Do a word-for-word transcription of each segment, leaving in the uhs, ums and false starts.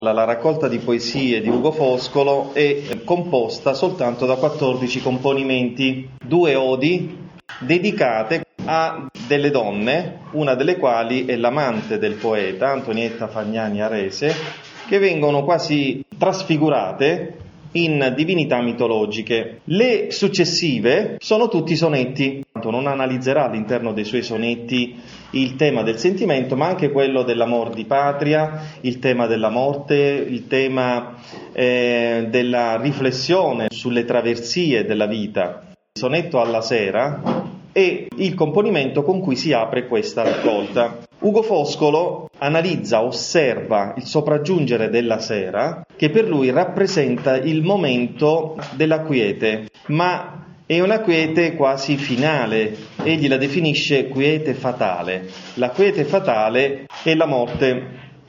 La raccolta di poesie di Ugo Foscolo è composta soltanto da quattordici componimenti, due odi dedicate a delle donne, una delle quali è l'amante del poeta, Antonietta Fagnani Arese, che vengono quasi trasfigurate in divinità mitologiche. Le successive sono tutti sonetti. Non analizzerà all'interno dei suoi sonetti il tema del sentimento, ma anche quello dell'amor di patria, il tema della morte, il tema eh, della riflessione sulle traversie della vita. Il sonetto alla sera è il componimento con cui si apre questa raccolta. Ugo Foscolo analizza, osserva il sopraggiungere della sera, che per lui rappresenta il momento della quiete, ma è una quiete quasi finale. Egli la definisce quiete fatale. La quiete fatale è la morte.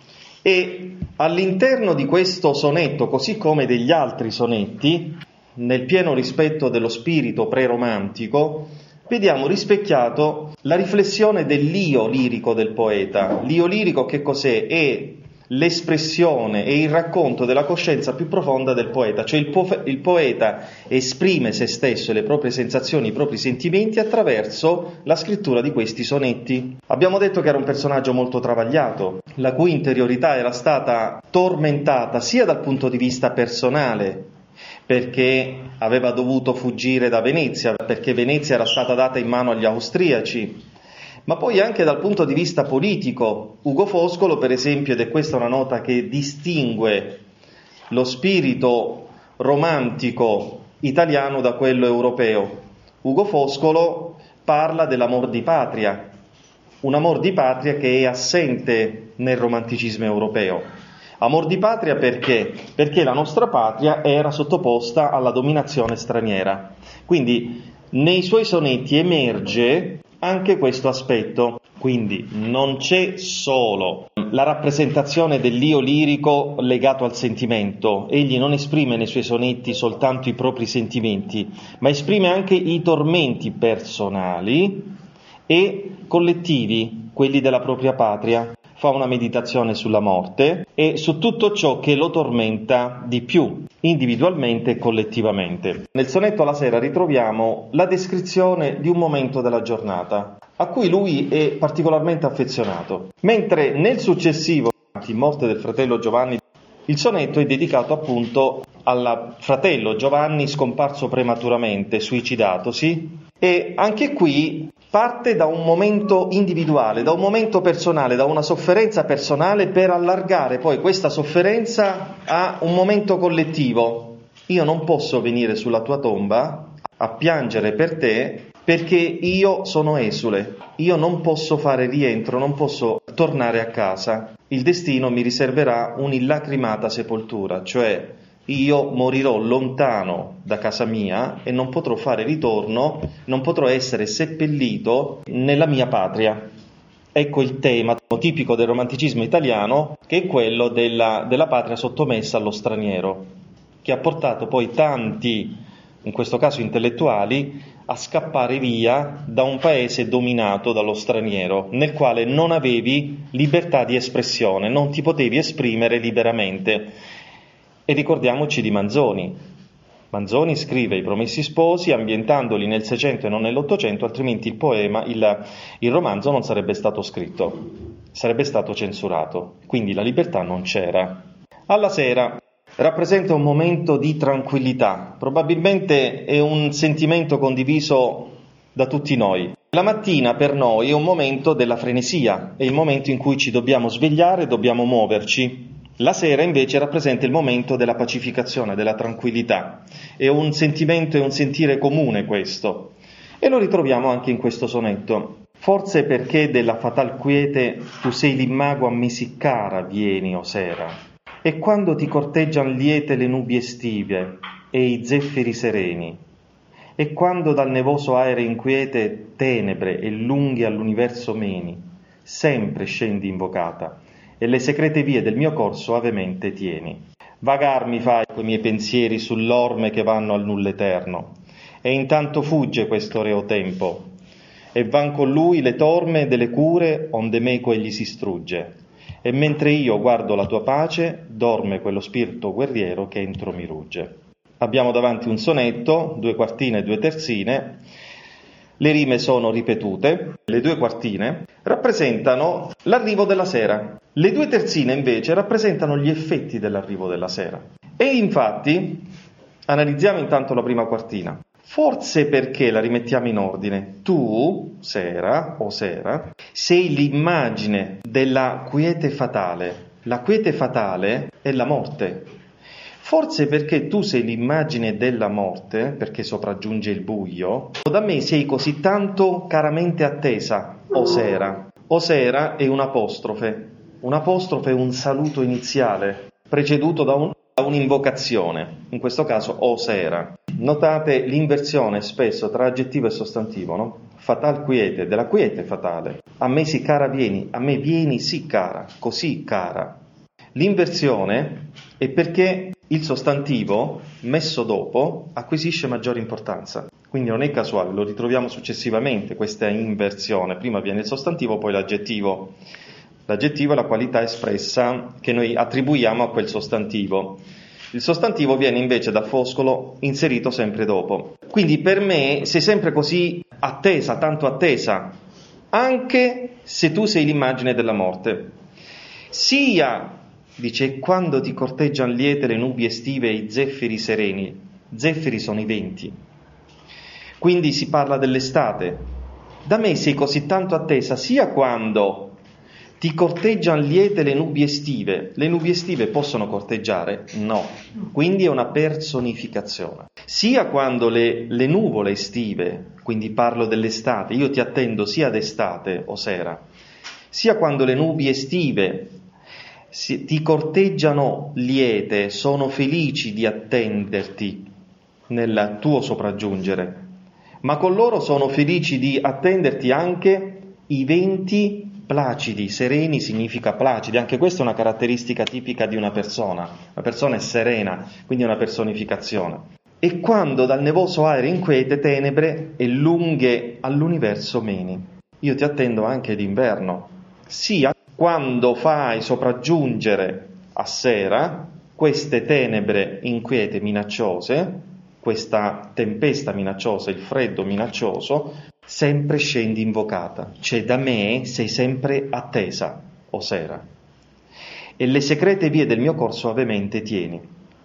E all'interno di questo sonetto, così come degli altri sonetti, nel pieno rispetto dello spirito preromantico, vediamo rispecchiato la riflessione dell'io lirico del poeta. L'io lirico che cos'è? È l'espressione e il racconto della coscienza più profonda del poeta, cioè il, po- il poeta esprime se stesso e le proprie sensazioni, i propri sentimenti attraverso la scrittura di questi sonetti. Abbiamo detto che era un personaggio molto travagliato, la cui interiorità era stata tormentata sia dal punto di vista personale, perché aveva dovuto fuggire da Venezia, perché Venezia era stata data in mano agli austriaci, ma poi anche dal punto di vista politico. Ugo Foscolo, per esempio, ed è questa una nota che distingue lo spirito romantico italiano da quello europeo, Ugo Foscolo parla dell'amor di patria, un amor di patria che è assente nel romanticismo europeo. Amor di patria perché? Perché la nostra patria era sottoposta alla dominazione straniera. Quindi nei suoi sonetti emerge anche questo aspetto. Quindi non c'è solo la rappresentazione dell'io lirico legato al sentimento. Egli non esprime nei suoi sonetti soltanto i propri sentimenti, ma esprime anche i tormenti personali e collettivi, quelli della propria patria. Fa una meditazione sulla morte e su tutto ciò che lo tormenta di più, individualmente e collettivamente. Nel sonetto alla sera ritroviamo la descrizione di un momento della giornata, a cui lui è particolarmente affezionato, mentre nel successivo, in morte del fratello Giovanni, il sonetto è dedicato appunto al fratello Giovanni scomparso prematuramente, suicidatosi, e anche qui parte da un momento individuale, da un momento personale, da una sofferenza personale, per allargare poi questa sofferenza a un momento collettivo. Io non posso venire sulla tua tomba a piangere per te perché io sono esule, io non posso fare rientro, non posso tornare a casa. Il destino mi riserverà un'illacrimata sepoltura, cioè io morirò lontano da casa mia e non potrò fare ritorno, non potrò essere seppellito nella mia patria. Ecco il tema tipico del romanticismo italiano, che è quello della, della patria sottomessa allo straniero, che ha portato poi tanti, in questo caso intellettuali, a scappare via da un paese dominato dallo straniero, nel quale non avevi libertà di espressione, non ti potevi esprimere liberamente. E ricordiamoci di Manzoni. Manzoni scrive I Promessi Sposi ambientandoli nel Seicento e non nell'Ottocento, altrimenti il poema, il, il romanzo non sarebbe stato scritto, sarebbe stato censurato, quindi la libertà non c'era. Alla sera rappresenta un momento di tranquillità, probabilmente è un sentimento condiviso da tutti noi. La mattina per noi è un momento della frenesia, è il momento in cui ci dobbiamo svegliare, dobbiamo muoverci. La sera invece rappresenta il momento della pacificazione, della tranquillità. È un sentimento e un sentire comune questo. E lo ritroviamo anche in questo sonetto. Forse perché della fatal quiete tu sei l'immago a me sì cara, vieni, o sera. E quando ti corteggian liete le nubi estive e i zeffiri sereni, e quando dal nevoso aere inquiete tenebre e lunghe all'universo meni, sempre scendi invocata, e le secrete vie del mio cor soavemente tieni. Vagar mi fai coi miei pensieri sull'orme che vanno al null'eterno, e intanto fugge questo reo tempo, e van con lui le torme delle cure onde meco egli si strugge, E mentre io guardo la tua pace, dorme quello spirito guerriero che entro mi rugge. Abbiamo davanti un sonetto, due quartine e due terzine. Le rime sono ripetute. Le due quartine rappresentano l'arrivo della sera. Le due terzine invece rappresentano gli effetti dell'arrivo della sera. E infatti, analizziamo intanto la prima quartina. Forse perché la rimettiamo in ordine. Tu, sera o sera, sei l'immagine della quiete fatale. La quiete fatale è la morte. Forse perché tu sei l'immagine della morte, perché sopraggiunge il buio, da me sei così tanto caramente attesa, o sera. O sera è un'apostrofe. Un'apostrofe è un saluto iniziale, preceduto da, un, da un'invocazione, in questo caso o sera. Notate l'inversione spesso tra aggettivo e sostantivo, no? Fatal quiete, della quiete fatale. A me sì cara vieni, a me vieni sì cara, così cara. L'inversione è perché il sostantivo, messo dopo, acquisisce maggiore importanza. Quindi non è casuale, lo ritroviamo successivamente, questa inversione. Prima viene il sostantivo, poi l'aggettivo. L'aggettivo è la qualità espressa che noi attribuiamo a quel sostantivo. Il sostantivo viene invece da Foscolo inserito sempre dopo. Quindi per me sei sempre così attesa, tanto attesa, anche se tu sei l'immagine della morte. Sia... Dice, quando ti corteggiano liete le nubi estive e i zeffiri sereni. Zeffiri sono i venti. Quindi si parla dell'estate. Da me sei così tanto attesa, sia quando ti corteggiano liete le nubi estive. Le nubi estive possono corteggiare? No. Quindi è una personificazione. Sia quando le, le nuvole estive, quindi parlo dell'estate, io ti attendo sia d'estate o sera, sia quando le nubi estive ti corteggiano liete, sono felici di attenderti nel tuo sopraggiungere, ma con loro sono felici di attenderti anche i venti placidi. Sereni significa placidi, anche questa è una caratteristica tipica di una persona. La persona è serena, quindi è una personificazione. E quando dal nevoso aere inquiete tenebre e lunghe all'universo meni. Io ti attendo anche d'inverno, sia quando fai sopraggiungere a sera queste tenebre inquiete minacciose, questa tempesta minacciosa, il freddo minaccioso, sempre scendi invocata, cioè da me sei sempre attesa, o sera, e le secrete vie del mio cor suavemente tieni,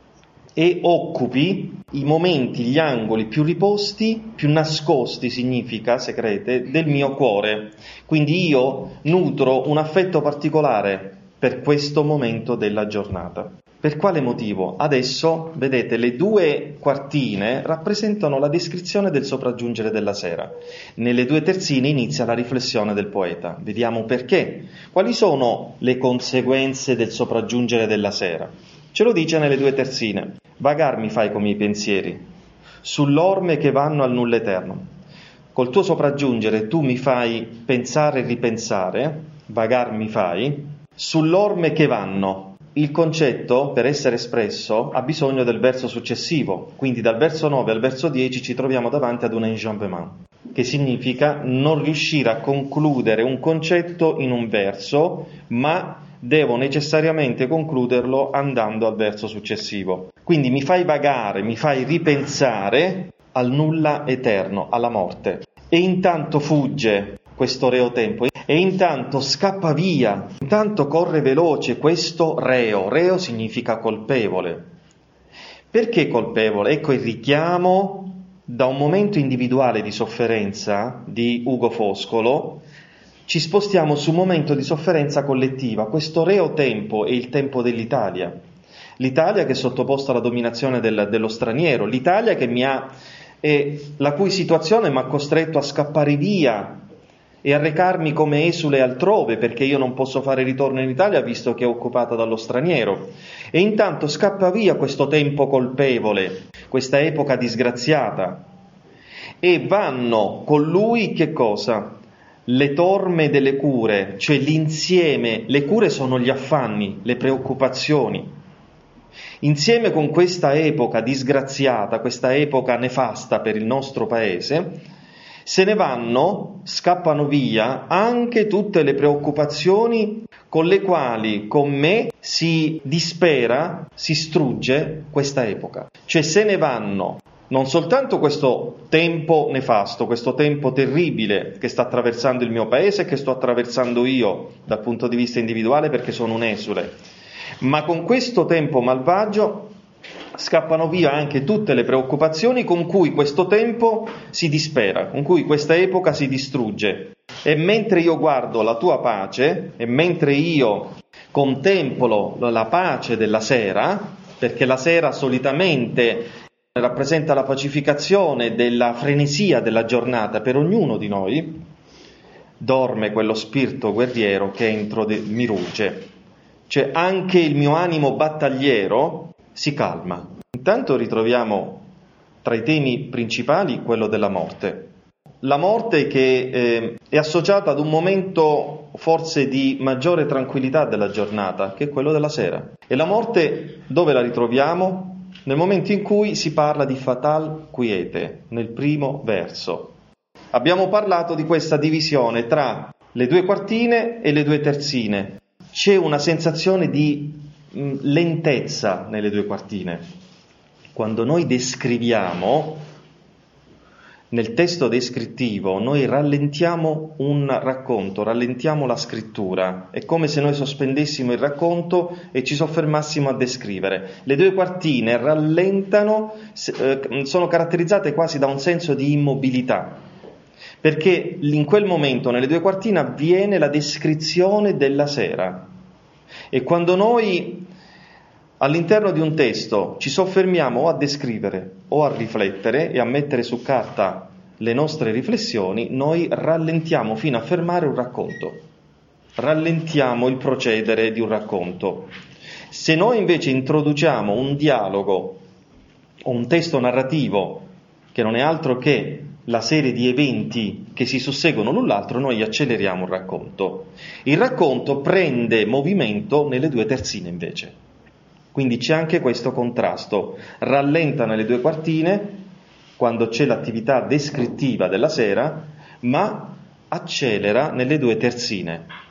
e occupi i momenti, gli angoli più riposti, più nascosti, significa segrete, del mio cuore. Quindi io nutro un affetto particolare per questo momento della giornata. Per quale motivo? Adesso, vedete, le due quartine rappresentano la descrizione del sopraggiungere della sera. Nelle due terzine inizia la riflessione del poeta. Vediamo perché. Quali sono le conseguenze del sopraggiungere della sera? Ce lo dice nelle due terzine. Vagar mi fai come i pensieri, sull'orme che vanno al nulla eterno. Col tuo sopraggiungere tu mi fai pensare e ripensare, vagar mi fai, sull'orme che vanno. Il concetto, per essere espresso, ha bisogno del verso successivo, quindi dal verso nove al verso dieci ci troviamo davanti ad un enjambement, che significa non riuscire a concludere un concetto in un verso, ma devo necessariamente concluderlo andando al verso successivo. Quindi mi fai vagare, mi fai ripensare al nulla eterno, alla morte. E intanto fugge questo reo tempo, e intanto scappa via, intanto corre veloce questo reo. Reo significa colpevole. Perché colpevole? Ecco il richiamo da un momento individuale di sofferenza di Ugo Foscolo. Ci spostiamo su un momento di sofferenza collettiva. Questo reo tempo è il tempo dell'Italia. L'Italia che è sottoposta alla dominazione del, dello straniero. L'Italia che mi ha, eh, la cui situazione mi ha costretto a scappare via e a recarmi come esule altrove, perché io non posso fare ritorno in Italia visto che è occupata dallo straniero. E intanto scappa via questo tempo colpevole, questa epoca disgraziata. E vanno con lui che cosa? Le torme delle cure, cioè l'insieme. Le cure sono gli affanni, le preoccupazioni. Insieme con questa epoca disgraziata, questa epoca nefasta per il nostro paese, se ne vanno, scappano via anche tutte le preoccupazioni con le quali con me si dispera, si strugge questa epoca. Cioè se ne vanno non soltanto questo tempo nefasto, questo tempo terribile che sta attraversando il mio paese e che sto attraversando io dal punto di vista individuale perché sono un esule, ma con questo tempo malvagio scappano via anche tutte le preoccupazioni con cui questo tempo si dispera, con cui questa epoca si distrugge. E mentre io guardo la tua pace, e mentre io contemplo la pace della sera, perché la sera solitamente rappresenta la pacificazione della frenesia della giornata per ognuno di noi, dorme quello spirito guerriero che entro de- mi rugge. Cioè anche il mio animo battagliero si calma. Intanto ritroviamo tra i temi principali quello della morte. La morte che eh, è associata ad un momento forse di maggiore tranquillità della giornata, che è quello della sera. E la morte dove la ritroviamo? Nel momento in cui si parla di fatal quiete, nel primo verso. Abbiamo parlato di questa divisione tra le due quartine e le due terzine. C'è una sensazione di mh, lentezza nelle due quartine. Quando noi descriviamo, nel testo descrittivo, noi rallentiamo un racconto, rallentiamo la scrittura. È come se noi sospendessimo il racconto e ci soffermassimo a descrivere. Le due quartine rallentano, eh, sono caratterizzate quasi da un senso di immobilità, perché in quel momento nelle due quartine avviene la descrizione della sera. E quando noi all'interno di un testo ci soffermiamo o a descrivere o a riflettere e a mettere su carta le nostre riflessioni, noi rallentiamo fino a fermare un racconto, rallentiamo il procedere di un racconto. Se noi invece introduciamo un dialogo o un testo narrativo che non è altro che la serie di eventi che si susseguono l'un l'altro, noi acceleriamo il racconto. Il racconto prende movimento nelle due terzine invece. Quindi c'è anche questo contrasto, rallenta nelle due quartine quando c'è l'attività descrittiva della sera, ma accelera nelle due terzine.